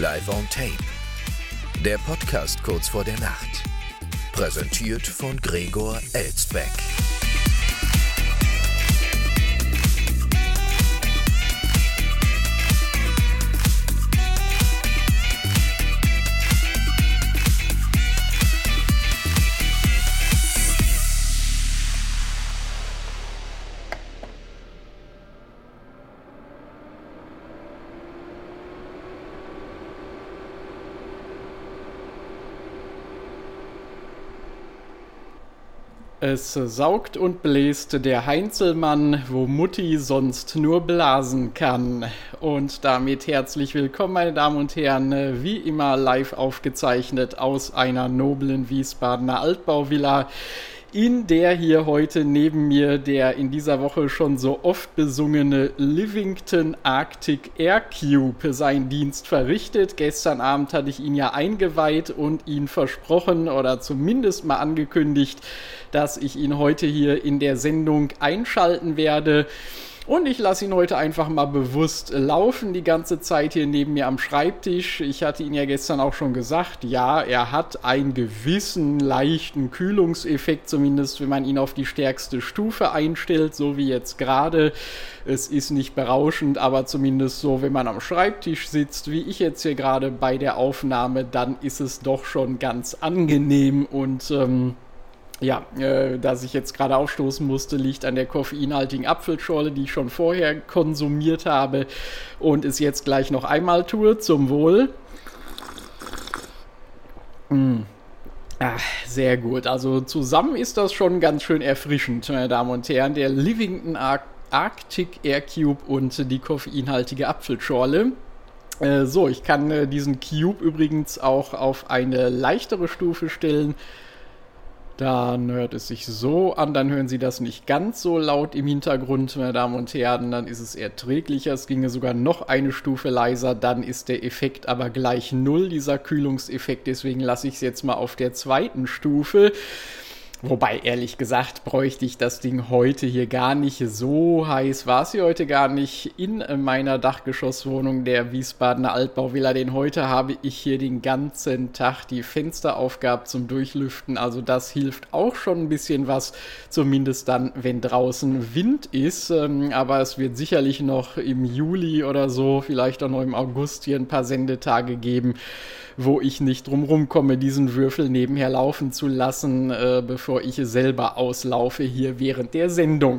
Live on Tape. Der Podcast kurz vor der Nacht. Präsentiert von Gregor Elsbeck. Es saugt und bläst der Heinzelmann, wo Mutti sonst nur blasen kann. Und damit herzlich willkommen, meine Damen und Herren, wie immer live aufgezeichnet aus einer noblen Wiesbadener Altbauvilla, in der hier heute neben mir der in dieser Woche schon so oft besungene Livington Arctic Air Cube seinen Dienst verrichtet. Gestern Abend hatte ich ihn ja eingeweiht und ihn versprochen oder zumindest mal angekündigt, dass ich ihn heute hier in der Sendung einschalten werde. Und ich lasse ihn heute einfach mal bewusst laufen, die ganze Zeit hier neben mir am Schreibtisch. Ich hatte ihn ja gestern auch schon gesagt, ja, er hat einen gewissen leichten Kühlungseffekt, zumindest wenn man ihn auf die stärkste Stufe einstellt, so wie jetzt gerade. Es ist nicht berauschend, aber zumindest so, wenn man am Schreibtisch sitzt, wie ich jetzt hier gerade bei der Aufnahme, dann ist es doch schon ganz angenehm und dass ich jetzt gerade aufstoßen musste, liegt an der koffeinhaltigen Apfelschorle, die ich schon vorher konsumiert habe und es jetzt gleich noch einmal tue. Zum Wohl. Sehr gut. Also zusammen ist das schon ganz schön erfrischend, meine Damen und Herren. Der Livington Arctic Air Cube und die koffeinhaltige Apfelschorle. Ich kann diesen Cube übrigens auch auf eine leichtere Stufe stellen. Dann hört es sich so an, dann hören Sie das nicht ganz so laut im Hintergrund, meine Damen und Herren, dann ist es erträglicher, es ginge sogar noch eine Stufe leiser, dann ist der Effekt aber gleich 0, dieser Kühlungseffekt, deswegen lasse ich es jetzt mal auf der zweiten Stufe. Wobei, ehrlich gesagt, bräuchte ich das Ding heute hier gar nicht. So heiß war es hier heute gar nicht in meiner Dachgeschosswohnung der Wiesbadener Altbauvilla. Denn heute habe ich hier den ganzen Tag die Fenster aufgehabt zum Durchlüften. Also das hilft auch schon ein bisschen was, zumindest dann, wenn draußen Wind ist. Aber es wird sicherlich noch im Juli oder so, vielleicht auch noch im August hier ein paar Sendetage geben, wo ich nicht drum rumkomme, diesen Würfel nebenher laufen zu lassen, bevor ich selber auslaufe hier während der Sendung.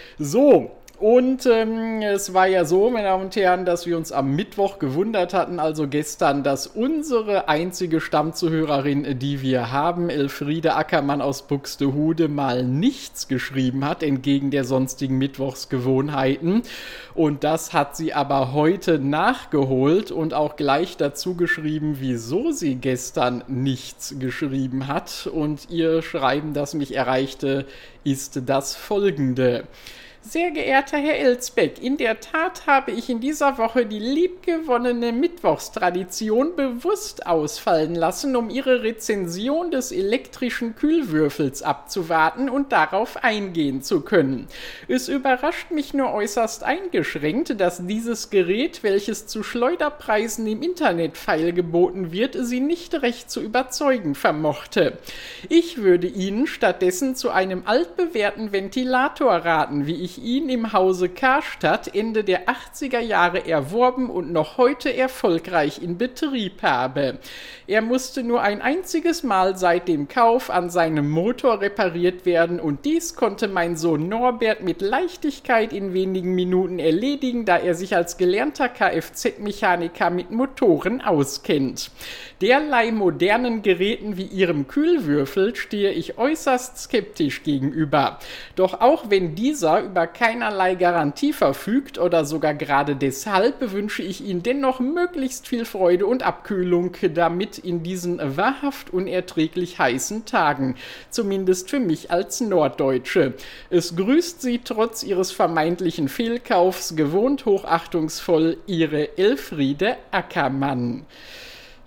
So. Und es war ja so, meine Damen und Herren, dass wir uns am Mittwoch gewundert hatten, also gestern, dass unsere einzige Stammzuhörerin, die wir haben, Elfriede Ackermann aus Buxtehude, mal nichts geschrieben hat, entgegen der sonstigen Mittwochsgewohnheiten. Und das hat sie aber heute nachgeholt und auch gleich dazu geschrieben, wieso sie gestern nichts geschrieben hat. Und ihr Schreiben, das mich erreichte, ist das folgende. Sehr geehrter Herr Elsbeck, in der Tat habe ich in dieser Woche die liebgewonnene Mittwochstradition bewusst ausfallen lassen, um Ihre Rezension des elektrischen Kühlwürfels abzuwarten und darauf eingehen zu können. Es überrascht mich nur äußerst eingeschränkt, dass dieses Gerät, welches zu Schleuderpreisen im Internet feilgeboten wird, Sie nicht recht zu überzeugen vermochte. Ich würde Ihnen stattdessen zu einem altbewährten Ventilator raten, wie ich ihn im Hause Karstadt Ende der 80er Jahre erworben und noch heute erfolgreich in Betrieb habe. Er musste nur ein einziges Mal seit dem Kauf an seinem Motor repariert werden und dies konnte mein Sohn Norbert mit Leichtigkeit in wenigen Minuten erledigen, da er sich als gelernter Kfz-Mechaniker mit Motoren auskennt. Derlei modernen Geräten wie Ihrem Kühlwürfel stehe ich äußerst skeptisch gegenüber. Doch auch wenn dieser über keinerlei Garantie verfügt oder sogar gerade deshalb, wünsche ich Ihnen dennoch möglichst viel Freude und Abkühlung damit in diesen wahrhaft unerträglich heißen Tagen. Zumindest für mich als Norddeutsche. Es grüßt Sie trotz Ihres vermeintlichen Fehlkaufs gewohnt hochachtungsvoll Ihre Elfriede Ackermann.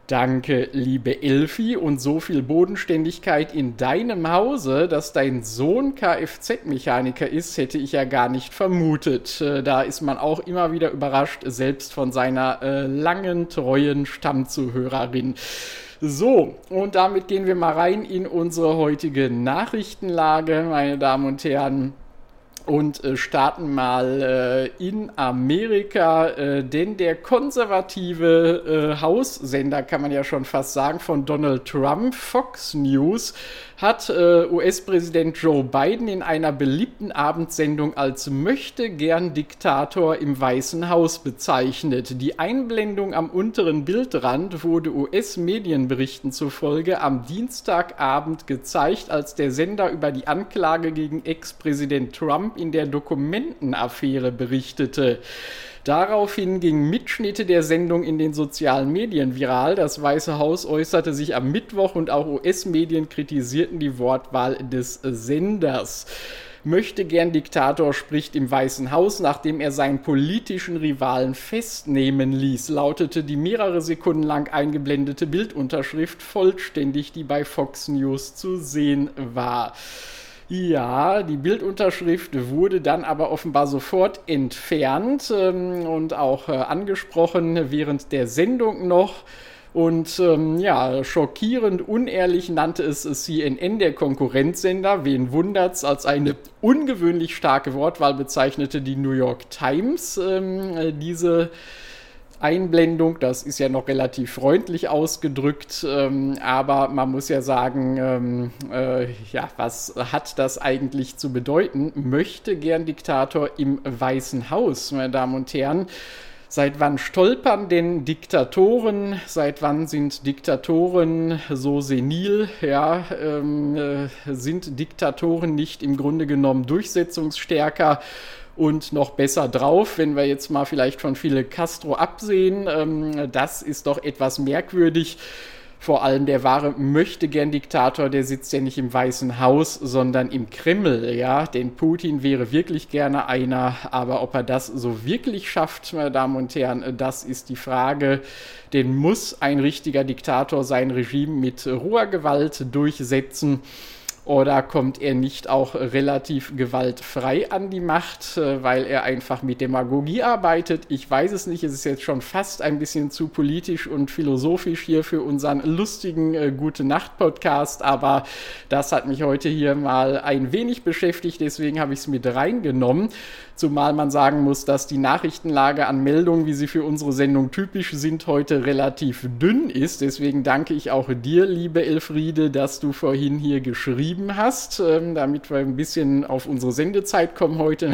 Danke, liebe Elfi, und so viel Bodenständigkeit in deinem Hause, dass dein Sohn Kfz-Mechaniker ist, hätte ich ja gar nicht vermutet. Da ist man auch immer wieder überrascht, selbst von seiner langen, treuen Stammzuhörerin. So, und damit gehen wir mal rein in unsere heutige Nachrichtenlage, meine Damen und Herren. Und starten mal in Amerika, denn der konservative Haussender, kann man ja schon fast sagen, von Donald Trump, Fox News, hat US-Präsident Joe Biden in einer beliebten Abendsendung als Möchtegern-Diktator im Weißen Haus bezeichnet. Die Einblendung am unteren Bildrand wurde US-Medienberichten zufolge am Dienstagabend gezeigt, als der Sender über die Anklage gegen Ex-Präsident Trump in der Dokumentenaffäre berichtete. Daraufhin gingen Mitschnitte der Sendung in den sozialen Medien viral. Das Weiße Haus äußerte sich am Mittwoch und auch US-Medien kritisierten die Wortwahl des Senders. Möchtegern-Diktator spricht im Weißen Haus, nachdem er seinen politischen Rivalen festnehmen ließ, lautete die mehrere Sekunden lang eingeblendete Bildunterschrift vollständig, die bei Fox News zu sehen war. Ja, die Bildunterschrift wurde dann aber offenbar sofort entfernt und auch angesprochen während der Sendung noch. Und schockierend unehrlich nannte es CNN, der Konkurrenzsender. Wen wundert's? Als eine ungewöhnlich starke Wortwahl bezeichnete die New York Times diese Einblendung. Das ist ja noch relativ freundlich ausgedrückt, aber man muss ja sagen, was hat das eigentlich zu bedeuten? Möchtegern-Diktator im Weißen Haus, meine Damen und Herren. Seit wann stolpern denn Diktatoren? Seit wann sind Diktatoren so senil? Ja, sind Diktatoren nicht im Grunde genommen durchsetzungsstärker und noch besser drauf, wenn wir jetzt mal vielleicht von Fidel Castro absehen? Das ist doch etwas merkwürdig. Vor allem der wahre Möchtegern-Diktator, der sitzt ja nicht im Weißen Haus, sondern im Kreml, ja. Denn Putin wäre wirklich gerne einer, aber ob er das so wirklich schafft, meine Damen und Herren, das ist die Frage. Denn muss ein richtiger Diktator sein Regime mit roher Gewalt durchsetzen? Oder kommt er nicht auch relativ gewaltfrei an die Macht, weil er einfach mit Demagogie arbeitet? Ich weiß es nicht, es ist jetzt schon fast ein bisschen zu politisch und philosophisch hier für unseren lustigen Gute-Nacht-Podcast, aber das hat mich heute hier mal ein wenig beschäftigt, deswegen habe ich es mit reingenommen. Zumal man sagen muss, dass die Nachrichtenlage an Meldungen, wie sie für unsere Sendung typisch sind, heute relativ dünn ist. Deswegen danke ich auch dir, liebe Elfriede, dass du vorhin hier geschrieben hast, damit wir ein bisschen auf unsere Sendezeit kommen heute.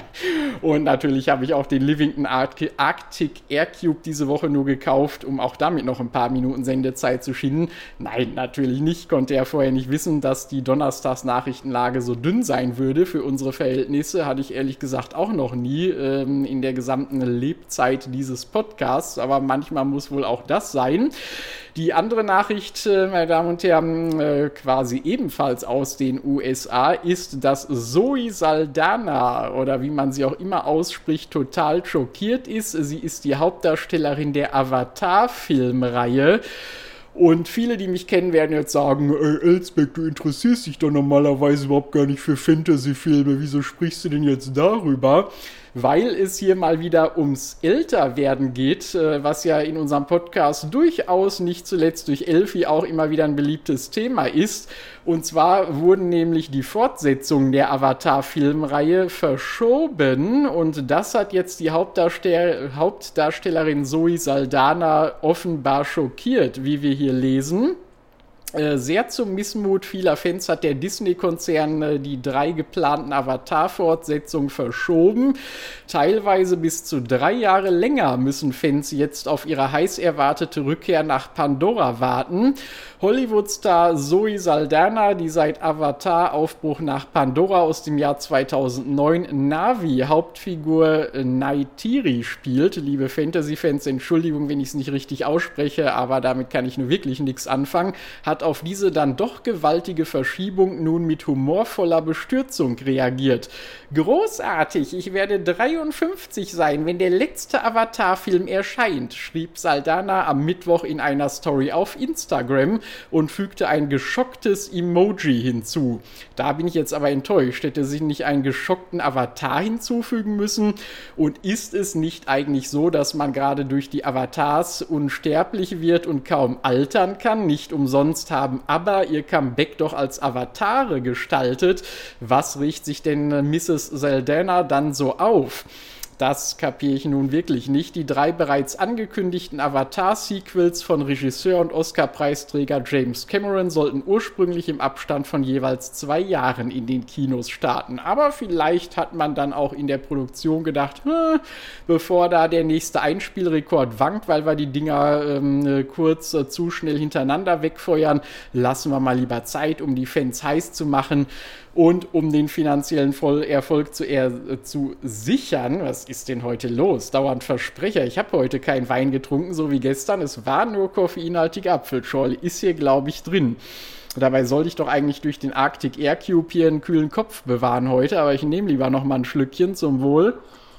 Und natürlich habe ich auch den Livington Arctic Air Cube diese Woche nur gekauft, um auch damit noch ein paar Minuten Sendezeit zu schinden. Nein, natürlich nicht. Konnte ja vorher nicht wissen, dass die Donnerstags-Nachrichtenlage so dünn sein würde für unsere Verhältnisse. Hatte ich ehrlich gesagt auch noch nie in der gesamten Lebzeit dieses Podcasts, aber manchmal muss wohl auch das sein. Die andere Nachricht, meine Damen und Herren, quasi ebenfalls aus den USA, ist, dass Zoe Saldana, oder wie man sie auch immer ausspricht, total schockiert ist. Sie ist die Hauptdarstellerin der Avatar-Filmreihe. Und viele, die mich kennen, werden jetzt sagen, Elsbeck, du interessierst dich doch normalerweise überhaupt gar nicht für Fantasy-Filme. Wieso sprichst du denn jetzt darüber? Weil es hier mal wieder ums Älterwerden geht, was ja in unserem Podcast durchaus nicht zuletzt durch Elfi auch immer wieder ein beliebtes Thema ist. Und zwar wurden nämlich die Fortsetzungen der Avatar-Filmreihe verschoben und das hat jetzt die Hauptdarstellerin Zoe Saldana offenbar schockiert, wie wir hier lesen. Sehr zum Missmut vieler Fans hat der Disney-Konzern die 3 geplanten Avatar-Fortsetzungen verschoben. Teilweise bis zu 3 Jahre länger müssen Fans jetzt auf ihre heiß erwartete Rückkehr nach Pandora warten. Hollywood-Star Zoe Saldana, die seit Avatar Aufbruch nach Pandora aus dem Jahr 2009 Na'vi, Hauptfigur Neytiri, spielt. Liebe Fantasy-Fans, Entschuldigung, wenn ich es nicht richtig ausspreche, aber damit kann ich nur wirklich nichts anfangen, hat hat auf diese dann doch gewaltige Verschiebung nun mit humorvoller Bestürzung reagiert. Großartig, ich werde 53 sein, wenn der letzte Avatar-Film erscheint, schrieb Saldana am Mittwoch in einer Story auf Instagram und fügte ein geschocktes Emoji hinzu. Da bin ich jetzt aber enttäuscht, hätte sie nicht einen geschockten Avatar hinzufügen müssen? Und ist es nicht eigentlich so, dass man gerade durch die Avatars unsterblich wird und kaum altern kann? Nicht umsonst haben ABBA ihr Comeback doch als Avatare gestaltet. Was riecht sich denn Mrs. Saldana dann so auf? Das kapiere ich nun wirklich nicht. Die 3 bereits angekündigten Avatar-Sequels von Regisseur und Oscar-Preisträger James Cameron sollten ursprünglich im Abstand von jeweils 2 Jahren in den Kinos starten. Aber vielleicht hat man dann auch in der Produktion gedacht, bevor da der nächste Einspielrekord wankt, weil wir die Dinger kurz zu schnell hintereinander wegfeuern, lassen wir mal lieber Zeit, um die Fans heiß zu machen. Und um den finanziellen Erfolg zu sichern, was ist denn heute los? Dauernd Versprecher. Ich habe heute keinen Wein getrunken, so wie gestern. Es war nur koffeinhaltige Apfelschorle. Ist hier, glaube ich, drin. Dabei sollte ich doch eigentlich durch den Arctic Air Cube hier einen kühlen Kopf bewahren heute. Aber ich nehme lieber noch mal ein Schlückchen zum Wohl.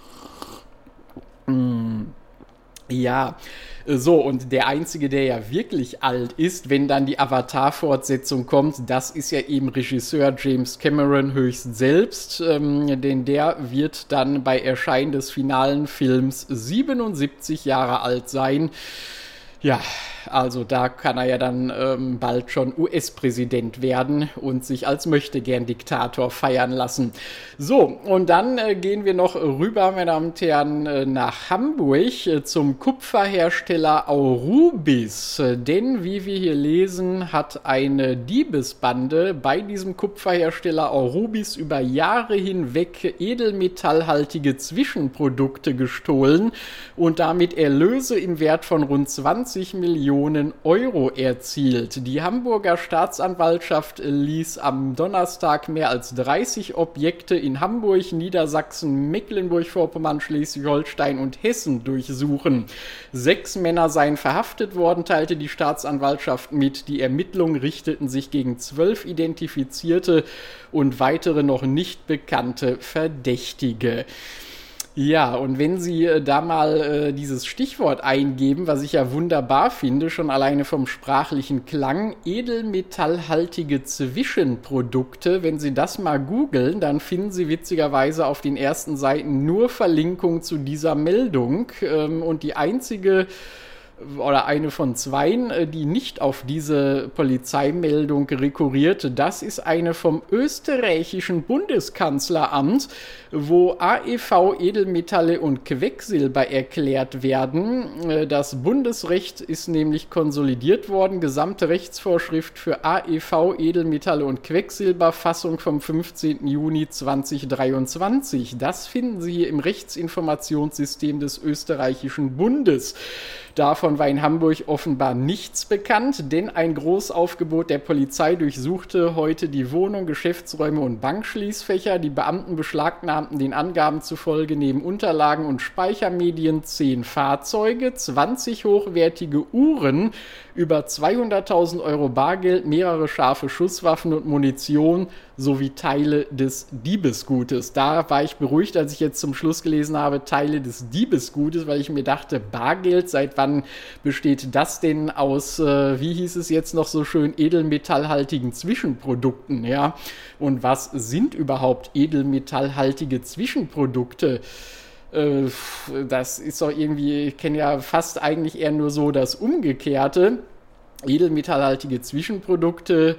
Ja, so, und der Einzige, der ja wirklich alt ist, wenn dann die Avatar-Fortsetzung kommt, das ist ja eben Regisseur James Cameron höchst selbst, denn der wird dann bei Erscheinen des finalen Films 77 Jahre alt sein. Ja, also da kann er ja dann bald schon US-Präsident werden und sich als Möchtegern-Diktator feiern lassen. So, und dann gehen wir noch rüber, meine Damen und Herren, nach Hamburg zum Kupferhersteller Aurubis. Denn, wie wir hier lesen, hat eine Diebesbande bei diesem Kupferhersteller Aurubis über Jahre hinweg edelmetallhaltige Zwischenprodukte gestohlen und damit Erlöse im Wert von rund 20 Millionen Euro erzielt. Die Hamburger Staatsanwaltschaft ließ am Donnerstag mehr als 30 Objekte in Hamburg, Niedersachsen, Mecklenburg-Vorpommern, Schleswig-Holstein und Hessen durchsuchen. 6 Männer seien verhaftet worden, teilte die Staatsanwaltschaft mit. Die Ermittlungen richteten sich gegen 12 identifizierte und weitere noch nicht bekannte Verdächtige. Ja, und wenn Sie da mal dieses Stichwort eingeben, was ich ja wunderbar finde, schon alleine vom sprachlichen Klang, edelmetallhaltige Zwischenprodukte, wenn Sie das mal googeln, dann finden Sie witzigerweise auf den ersten Seiten nur Verlinkung zu dieser Meldung und die einzige oder eine von 2, die nicht auf diese Polizeimeldung rekurriert. Das ist eine vom österreichischen Bundeskanzleramt, wo AEV Edelmetalle und Quecksilber erklärt werden. Das Bundesrecht ist nämlich konsolidiert worden. Gesamte Rechtsvorschrift für AEV Edelmetalle und Quecksilber, Fassung vom 15. Juni 2023. Das finden Sie hier im Rechtsinformationssystem des österreichischen Bundes. Davon war in Hamburg offenbar nichts bekannt, denn ein Großaufgebot der Polizei durchsuchte heute die Wohnung, Geschäftsräume und Bankschließfächer. Die Beamten beschlagnahmten den Angaben zufolge neben Unterlagen und Speichermedien 10 Fahrzeuge, 20 hochwertige Uhren, über 200.000 Euro Bargeld, mehrere scharfe Schusswaffen und Munition sowie Teile des Diebesgutes. Da war ich beruhigt, als ich jetzt zum Schluss gelesen habe, Teile des Diebesgutes, weil ich mir dachte, Bargeld, seit wann besteht das denn aus, wie hieß es jetzt noch so schön, edelmetallhaltigen Zwischenprodukten, ja? Und was sind überhaupt edelmetallhaltige Zwischenprodukte? Das ist doch irgendwie, ich kenne ja fast eigentlich eher nur so das Umgekehrte. Edelmetallhaltige Zwischenprodukte,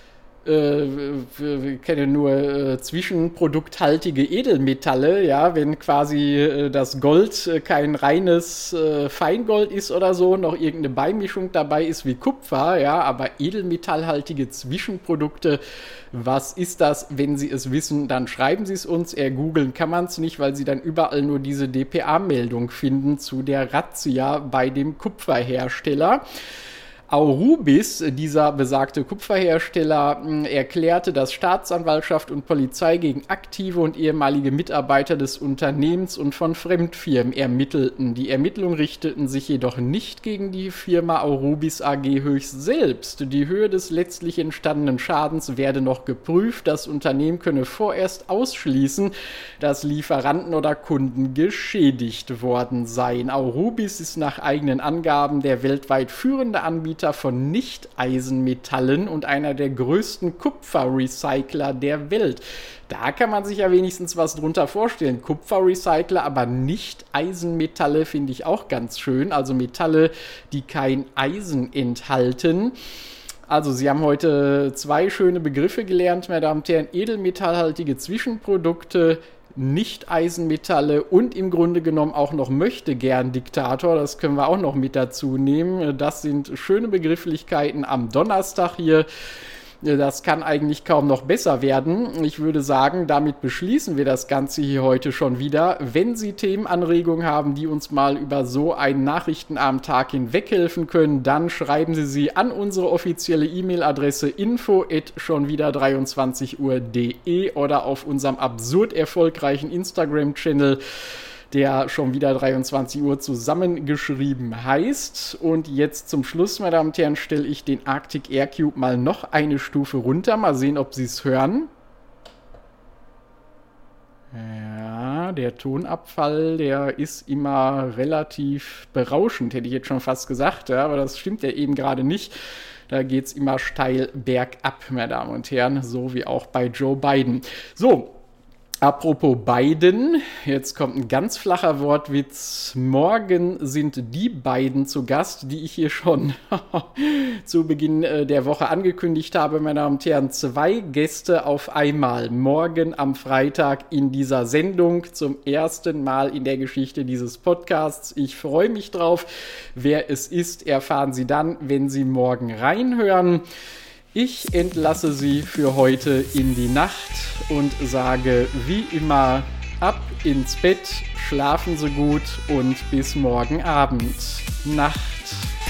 wir kennen nur zwischenprodukthaltige Edelmetalle, ja, wenn quasi das Gold kein reines Feingold ist oder so, noch irgendeine Beimischung dabei ist wie Kupfer, ja, aber edelmetallhaltige Zwischenprodukte, was ist das? Wenn Sie es wissen, dann schreiben Sie es uns. Googeln kann man es nicht, weil Sie dann überall nur diese dpa-Meldung finden zu der Razzia bei dem Kupferhersteller. Aurubis, dieser besagte Kupferhersteller, erklärte, dass Staatsanwaltschaft und Polizei gegen aktive und ehemalige Mitarbeiter des Unternehmens und von Fremdfirmen ermittelten. Die Ermittlungen richteten sich jedoch nicht gegen die Firma Aurubis AG höchst selbst. Die Höhe des letztlich entstandenen Schadens werde noch geprüft. Das Unternehmen könne vorerst ausschließen, dass Lieferanten oder Kunden geschädigt worden seien. Aurubis ist nach eigenen Angaben der weltweit führende Anbieter von Nicht-Eisenmetallen und einer der größten Kupferrecycler der Welt. Da kann man sich ja wenigstens was drunter vorstellen. Kupferrecycler, aber nicht Eisenmetalle, finde ich auch ganz schön. Also Metalle, die kein Eisen enthalten. Also, Sie haben heute 2 schöne Begriffe gelernt, meine Damen und Herren. Edelmetallhaltige Zwischenprodukte, Nicht-Eisenmetalle und im Grunde genommen auch noch Möchtegern-Diktator. Das können wir auch noch mit dazu nehmen. Das sind schöne Begrifflichkeiten am Donnerstag hier. Das kann eigentlich kaum noch besser werden. Ich würde sagen, damit beschließen wir das Ganze hier heute schon wieder. Wenn Sie Themenanregungen haben, die uns mal über so einen Nachrichtenabendtag hinweg helfen können, dann schreiben Sie sie an unsere offizielle E-Mail-Adresse info@schonwieder23uhr.de oder auf unserem absurd erfolgreichen Instagram-Channel, der schon wieder 23 Uhr zusammengeschrieben heißt. Und jetzt zum Schluss, meine Damen und Herren, stelle ich den Arctic Air Cube mal noch eine Stufe runter. Mal sehen, ob Sie es hören. Ja, der Tonabfall, der ist immer relativ berauschend, hätte ich jetzt schon fast gesagt. Ja, aber das stimmt ja eben gerade nicht. Da geht es immer steil bergab, meine Damen und Herren, so wie auch bei Joe Biden. So, apropos Biden, jetzt kommt ein ganz flacher Wortwitz. Morgen sind die beiden zu Gast, die ich hier schon zu Beginn der Woche angekündigt habe, meine Damen und Herren. 2 Gäste auf einmal. Morgen am Freitag in dieser Sendung zum ersten Mal in der Geschichte dieses Podcasts. Ich freue mich drauf. Wer es ist, erfahren Sie dann, wenn Sie morgen reinhören. Ich entlasse Sie für heute in die Nacht und sage wie immer ab ins Bett, schlafen Sie gut und bis morgen Abend. Nacht.